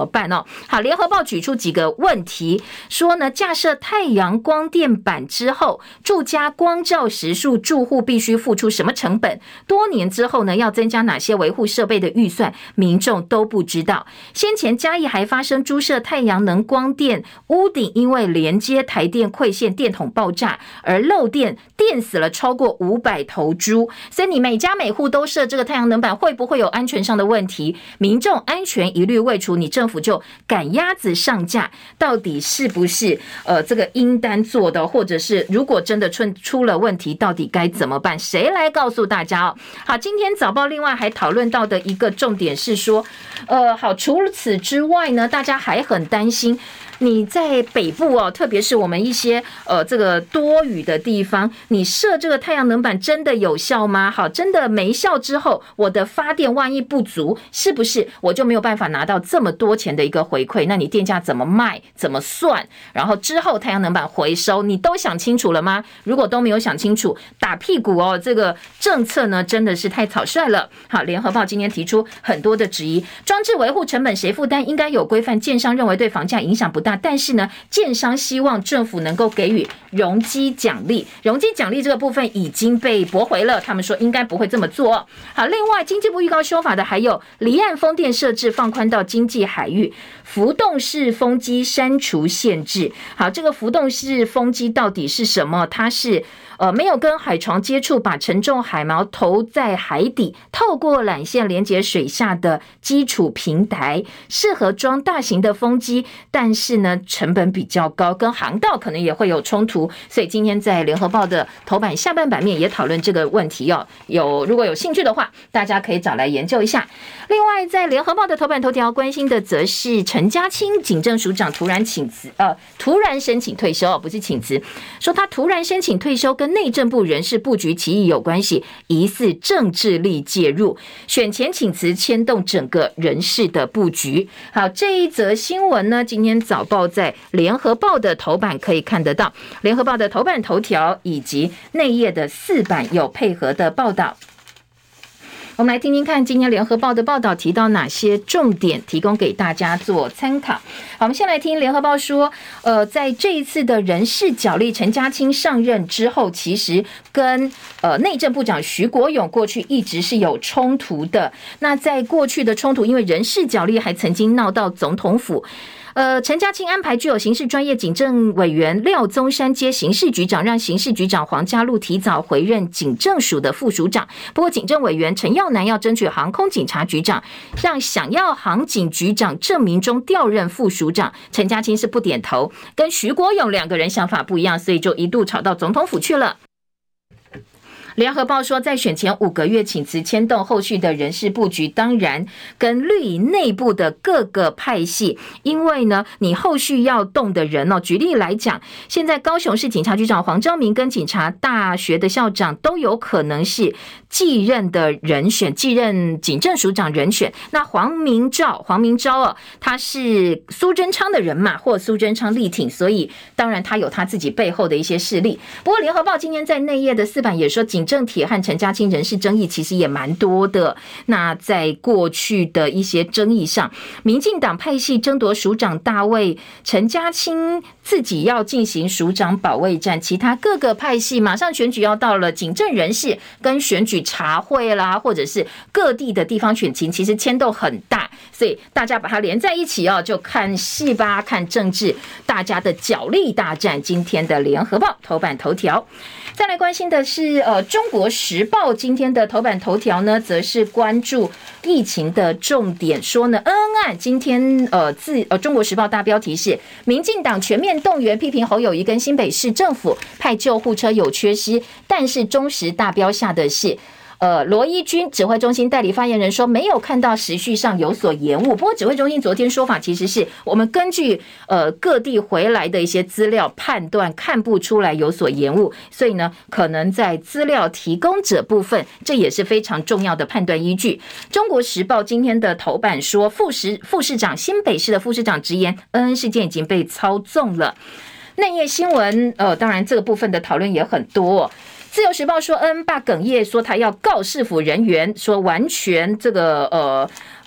哦。好，联合报举出几个问题，说呢，架设太阳光电板之后，住家光照时数，住户必须付出什么成本？多年之后呢，要增加哪些维护设备的预算？民众都不知道。先前嘉义还发生猪舍太阳能光电屋顶因为连接台电馈线电筒爆炸而漏电，电死了超过五百头猪。所以你每家每户都设这个太阳能板，会不会有安全上的问题？民众安全疑虑未除，你政府就赶鸭子上架，到底是不是呃这个应单做的，或者是如果真的出出了问题，到底该怎么办？谁来告诉大家哦？好，今天早报另外还讨论到的一个重点是说，呃，好，除此之外呢，大家还很担心。你在北部哦，特别是我们一些呃这个多雨的地方，你设这个太阳能板真的有效吗？好，真的没效之后，我的发电万一不足，是不是我就没有办法拿到这么多钱的一个回馈？那你电价怎么卖？怎么算？然后之后太阳能板回收，你都想清楚了吗？如果都没有想清楚，打屁股哦，这个政策呢真的是太草率了。好，联合报今天提出很多的质疑，装置维护成本谁负担？应该有规范。建商认为对房价影响不大，但是呢，建商希望政府能够给予容积奖励，容积奖励这个部分已经被驳回了，他们说应该不会这么做。好，另外经济部预告修法的还有离岸风电设置放宽到经济海域，浮动式风机删除限制。好，这个浮动式风机到底是什么？它是呃，没有跟海床接触，把沉重海锚投在海底，透过缆线连接水下的基础平台，适合装大型的风机，但是呢，成本比较高，跟航道可能也会有冲突，所以今天在联合报的头版下半版面也讨论这个问题哦。有如果有兴趣的话，大家可以找来研究一下。另外，在联合报的头版头条关心的则是陈家清警政署长突然请辞，呃，突然申请退休，不是请辞，说他突然申请退休跟内政部人事布局歧义有关系，疑似政治力介入，选前请辞牵动整个人事的布局。好，这一则新闻呢，今天早报在联合报的头版可以看得到，联合报的头版头条以及内页的四版有配合的报道。我们来听听看今天联合报的报道提到哪些重点，提供给大家做参考。好，我们先来听联合报说，呃，在这一次的人事角力，陈家清上任之后，其实跟呃内政部长徐国勇过去一直是有冲突的。那在过去的冲突，因为人事角力还曾经闹到总统府。呃，陈家清安排具有刑事专业警政委员廖宗山接刑事局长，让刑事局长黄家禄提早回任警政署的副署长。不过，警政委员陈耀南要争取航空警察局长，让想要航警局长郑明忠调任副署长。陈家清是不点头，跟徐国勇两个人想法不一样，所以就一度吵到总统府去了。联合报说，在选前五个月请辞，牵动后续的人事布局，当然跟绿营内部的各个派系，因为呢，你后续要动的人哦，举例来讲，现在高雄市警察局长黄昭明跟警察大学的校长都有可能是继任的人选，继任警政署长人选。那黄明昭，黄明昭哦，他是苏贞昌的人嘛，或苏贞昌力挺，所以当然他有他自己背后的一些势力。不过联合报今天在内页的四版也说，警政铁和陈家清人事争议其实也蛮多的。那在过去的一些争议上，民进党派系争夺署长大位，陈家清自己要进行署长保卫战，其他各个派系马上选举要到了，警政人事跟选举茶会啦，或者是各地的地方选情，其实牵动很大，所以大家把它连在一起哦，就看戏吧，看政治，大家的角力大战。今天的联合报头版头条。再来关心的是，呃，中国时报今天的头版头条呢，则是关注疫情的重点，说呢，恩恩案今天呃自呃中国时报大标题是民进党全面动员，批评侯友宜跟新北市政府派救护车有缺失，但是中时大标下的是。呃，罗一军指挥中心代理发言人说，没有看到时序上有所延误。不过，指挥中心昨天说法其实是我们根据呃各地回来的一些资料判断，看不出来有所延误，所以呢，可能在资料提供者部分，这也是非常重要的判断依据。中国时报今天的头版说，副市副市长新北市的副市长直言，恩恩事件已经被操纵了。内页新闻，呃，当然这个部分的讨论也很多哦。自由时报说，恩爸哽咽说他要告市府人员，说完全这个呃。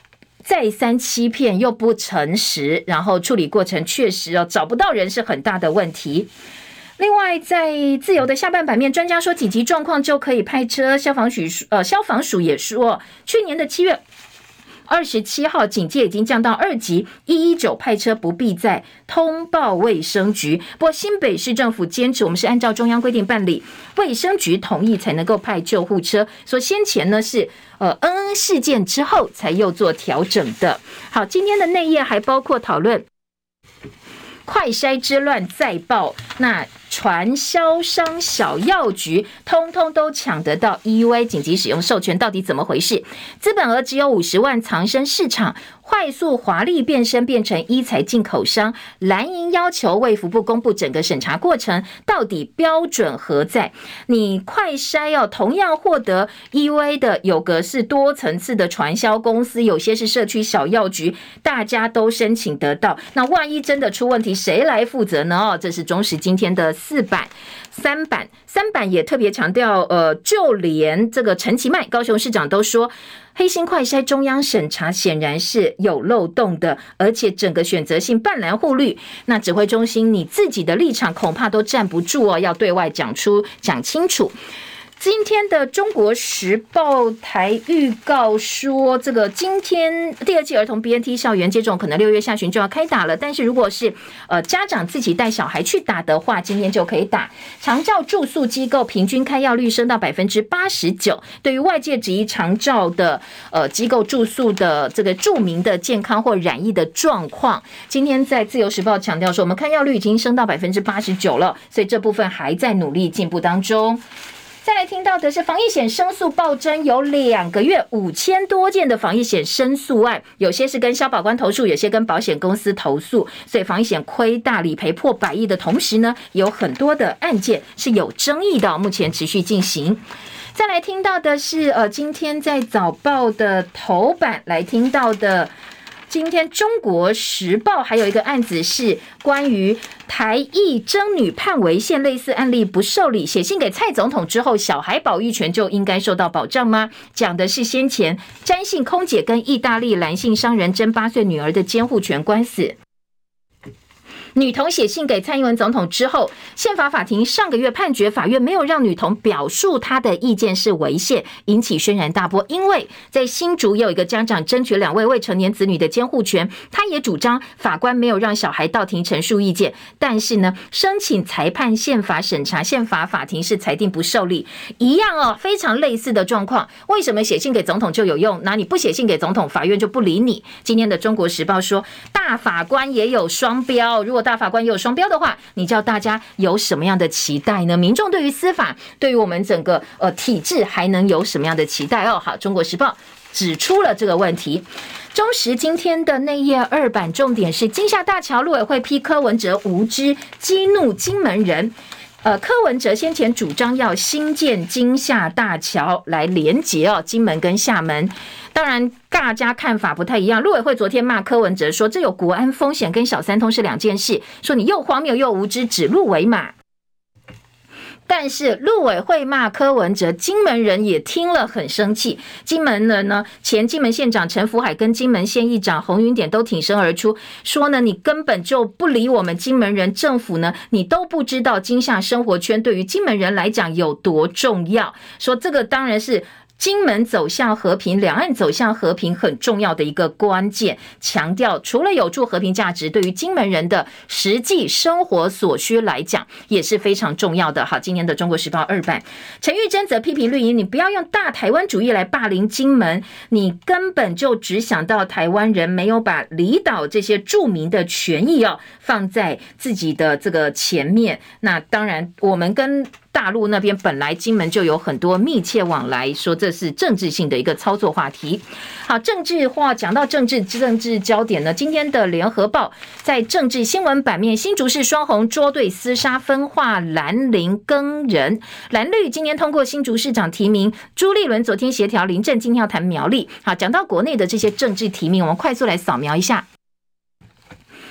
再三欺骗又不诚实，然后处理过程确实哦找不到人是很大的问题。另外，在自由的下半版面，专家说紧急状况就可以派车，消防署呃消防署也说，去年的七月二十七号警戒已经降到二级，一一九派车不必再通报卫生局。不过新北市政府坚持我们是按照中央规定办理，卫生局同意才能够派救护车，说先前呢是呃恩恩事件之后才又做调整的。好，今天的内页还包括讨论快筛之乱再爆，那传销商小药局通通都抢得到 E U A 紧急使用授权，到底怎么回事？资本额只有五十万，藏身市场，快速华丽变身变成医材进口商。蓝营要求卫福部公布整个审查过程，到底标准何在？你快筛要同样获得 E U A 的，有个是多层次的传销公司，有些是社区小药局，大家都申请得到。那万一真的出问题，谁来负责呢？哦，这是中时今天的四版。三版三版也特别强调，呃，就连这个陈其迈高雄市长都说，黑心快筛中央审查显然是有漏洞的，而且整个选择性半蓝护绿，那指挥中心你自己的立场恐怕都站不住哦，要对外讲出讲清楚。今天的中国时报台预告说，这个今天第二季儿童 B N T 校园接种可能六月下旬就要开打了，但是如果是呃家长自己带小孩去打的话，今天就可以打。长照住宿机构平均开药率升到百分之八十九，对于外界质疑长照的呃机构住宿的这个著名的健康或染疫的状况，今天在自由时报强调说，我们开药率已经升到百分之八十九了，所以这部分还在努力进步当中。再来听到的是防疫险申诉暴增，有两个月五千多件的防疫险申诉案，有些是跟消保官投诉，有些跟保险公司投诉，所以防疫险亏大理赔破百亿的同时呢，有很多的案件是有争议的，目前持续进行。再来听到的是呃，今天在早报的头版来听到的。今天中国时报还有一个案子是关于台裔征女判违宪，类似案例不受理，写信给蔡总统之后，小孩保育权就应该受到保障吗？讲的是先前詹姓空姐跟意大利蓝姓商人争八岁女儿的监护权官司。女童写信给蔡英文总统之后，宪法法庭上个月判决法院没有让女童表述她的意见是违宪，引起轩然大波。因为在新竹有一个家长争取两位未成年子女的监护权，他也主张法官没有让小孩到庭陈述意见，但是呢，申请裁判宪法审查，宪法法庭是裁定不受理，一样哦，非常类似的状况。为什么写信给总统就有用？那你不写信给总统，法院就不理你？今天的中国时报说，大法官也有双标，如果大法官也有双标的话，你叫大家有什么样的期待呢？民众对于司法，对于我们整个呃体制还能有什么样的期待哦？好，中国时报指出了这个问题。中时今天的内页二版重点是金厦大桥陆委会批柯文哲无知，激怒金门人。呃，柯文哲先前主张要新建金厦大桥来连结哦金门跟厦门，当然大家看法不太一样。陆委会昨天骂柯文哲说，这有国安风险，跟小三通是两件事，说你又荒谬又无知，指鹿为马。但是陆委会骂柯文哲，金门人也听了很生气。金门人呢，前金门县长陈福海跟金门县议长洪云典都挺身而出，说呢，你根本就不理我们金门人，政府呢，你都不知道金厦生活圈对于金门人来讲有多重要。说这个当然是金门走向和平，两岸走向和平很重要的一个关键，强调除了有助和平价值，对于金门人的实际生活所需来讲也是非常重要的。好，今年的中国时报二版，陈玉珍则批评绿营，你不要用大台湾主义来霸凌金门，你根本就只想到台湾人，没有把离岛这些著名的权益哦放在自己的这个前面。那当然我们跟大陆那边本来金门就有很多密切往来，说这是政治性的一个操作话题。好，政治化讲到政治政治焦点呢，今天的联合报在政治新闻版面，新竹市双红捉对厮杀分化蓝林耕人，蓝绿今年通过新竹市长提名，朱立伦昨天协调林郑今天要谈苗栗。好，讲到国内的这些政治提名，我们快速来扫描一下。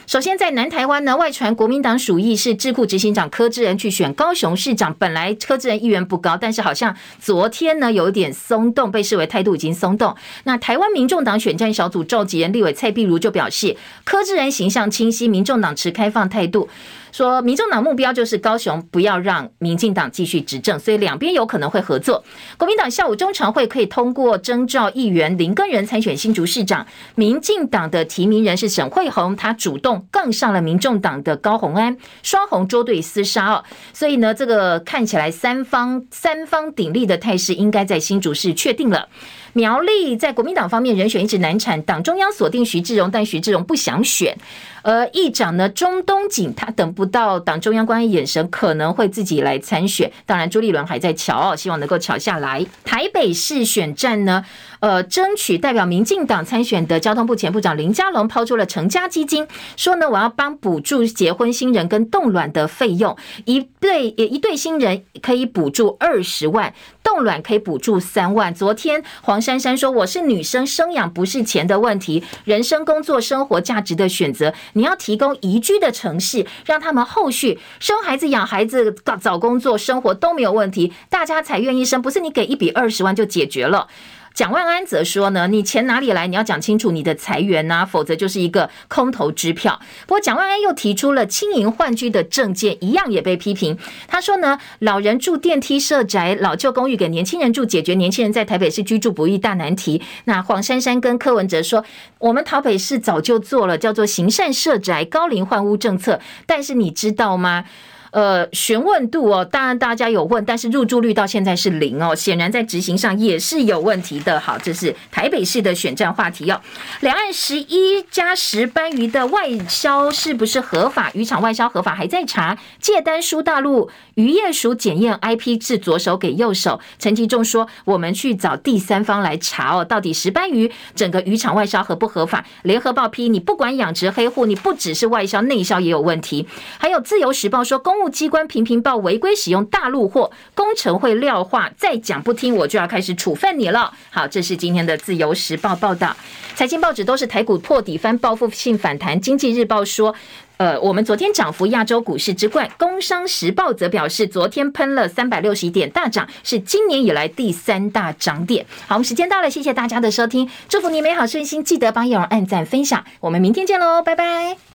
首先在南台湾呢，外传国民党属意是智库执行长柯志仁去选高雄市长，本来柯志仁意愿不高，但是好像昨天呢有点松动，被视为态度已经松动。那台湾民众党选战小组召集人立委蔡壁如就表示，柯志仁形象清晰，民众党持开放态度，说民众党目标就是高雄不要让民进党继续执政，所以两边有可能会合作。国民党下午中常会可以通过征召议员林耕仁参选新竹市长，民进党的提名人是沈慧虹，他主动杠上了民众党的高虹安，双红捉对厮杀哦。所以呢，这个看起来三方三方鼎立的态势应该在新竹市确定了。苗栗在国民党方面人选一直难产，党中央锁定徐志荣，但徐志荣不想选。而议长呢，钟东锦他等不到党中央官员眼神，可能会自己来参选。当然朱立伦还在瞧哦，希望能够瞧下来。台北市选战呢，呃，争取代表民进党参选的交通部前部长林佳龙抛出了成家基金，说呢我要帮补助结婚新人跟冻卵的费用，一对一对新人可以补助二十万，冻卵可以补助三万。昨天黄珊珊说，我是女生，生养不是钱的问题，人生工作生活价值的选择，你要提供宜居的城市，让他们后续生孩子养孩子找工作生活都没有问题，大家才愿意生，不是你给一笔二十万就解决了。蒋万安则说呢，你钱哪里来，你要讲清楚你的财源啊，否则就是一个空头支票。不过蒋万安又提出了青银换居的政见，一样也被批评。他说呢，老人住电梯社宅、老旧公寓给年轻人住，解决年轻人在台北市居住不易大难题。那黄珊珊跟柯文哲说，我们台北市早就做了叫做行善社宅、高龄换屋政策，但是你知道吗？呃，询问度哦，当然大家有问，但是入住率到现在是零哦，显然在执行上也是有问题的。好，这是台北市的选战话题哦。两岸十一加十班鱼的外销是不是合法？渔场外销合法还在查，借单输大陆，渔业署检验 I P 是左手给右手。陈其仲说，我们去找第三方来查哦，到底石斑鱼整个渔场外销合不合法？联合报批，你不管养殖黑户，你不只是外销，内销也有问题。还有自由时报说，公务机关频频报违规使用大陆货，工程会料化，再讲不听我就要开始处分你了。好，这是今天的自由时报报道。财经报纸都是台股破底翻，报复性反弹。经济日报说，呃，我们昨天涨幅亚洲股市之冠。工商时报则表示，昨天喷了三百六十点大涨，是今年以来第三大涨点。好，我们时间到了，谢谢大家的收听，祝福你美好顺心，记得帮叶蓉按赞分享，我们明天见喽，拜拜。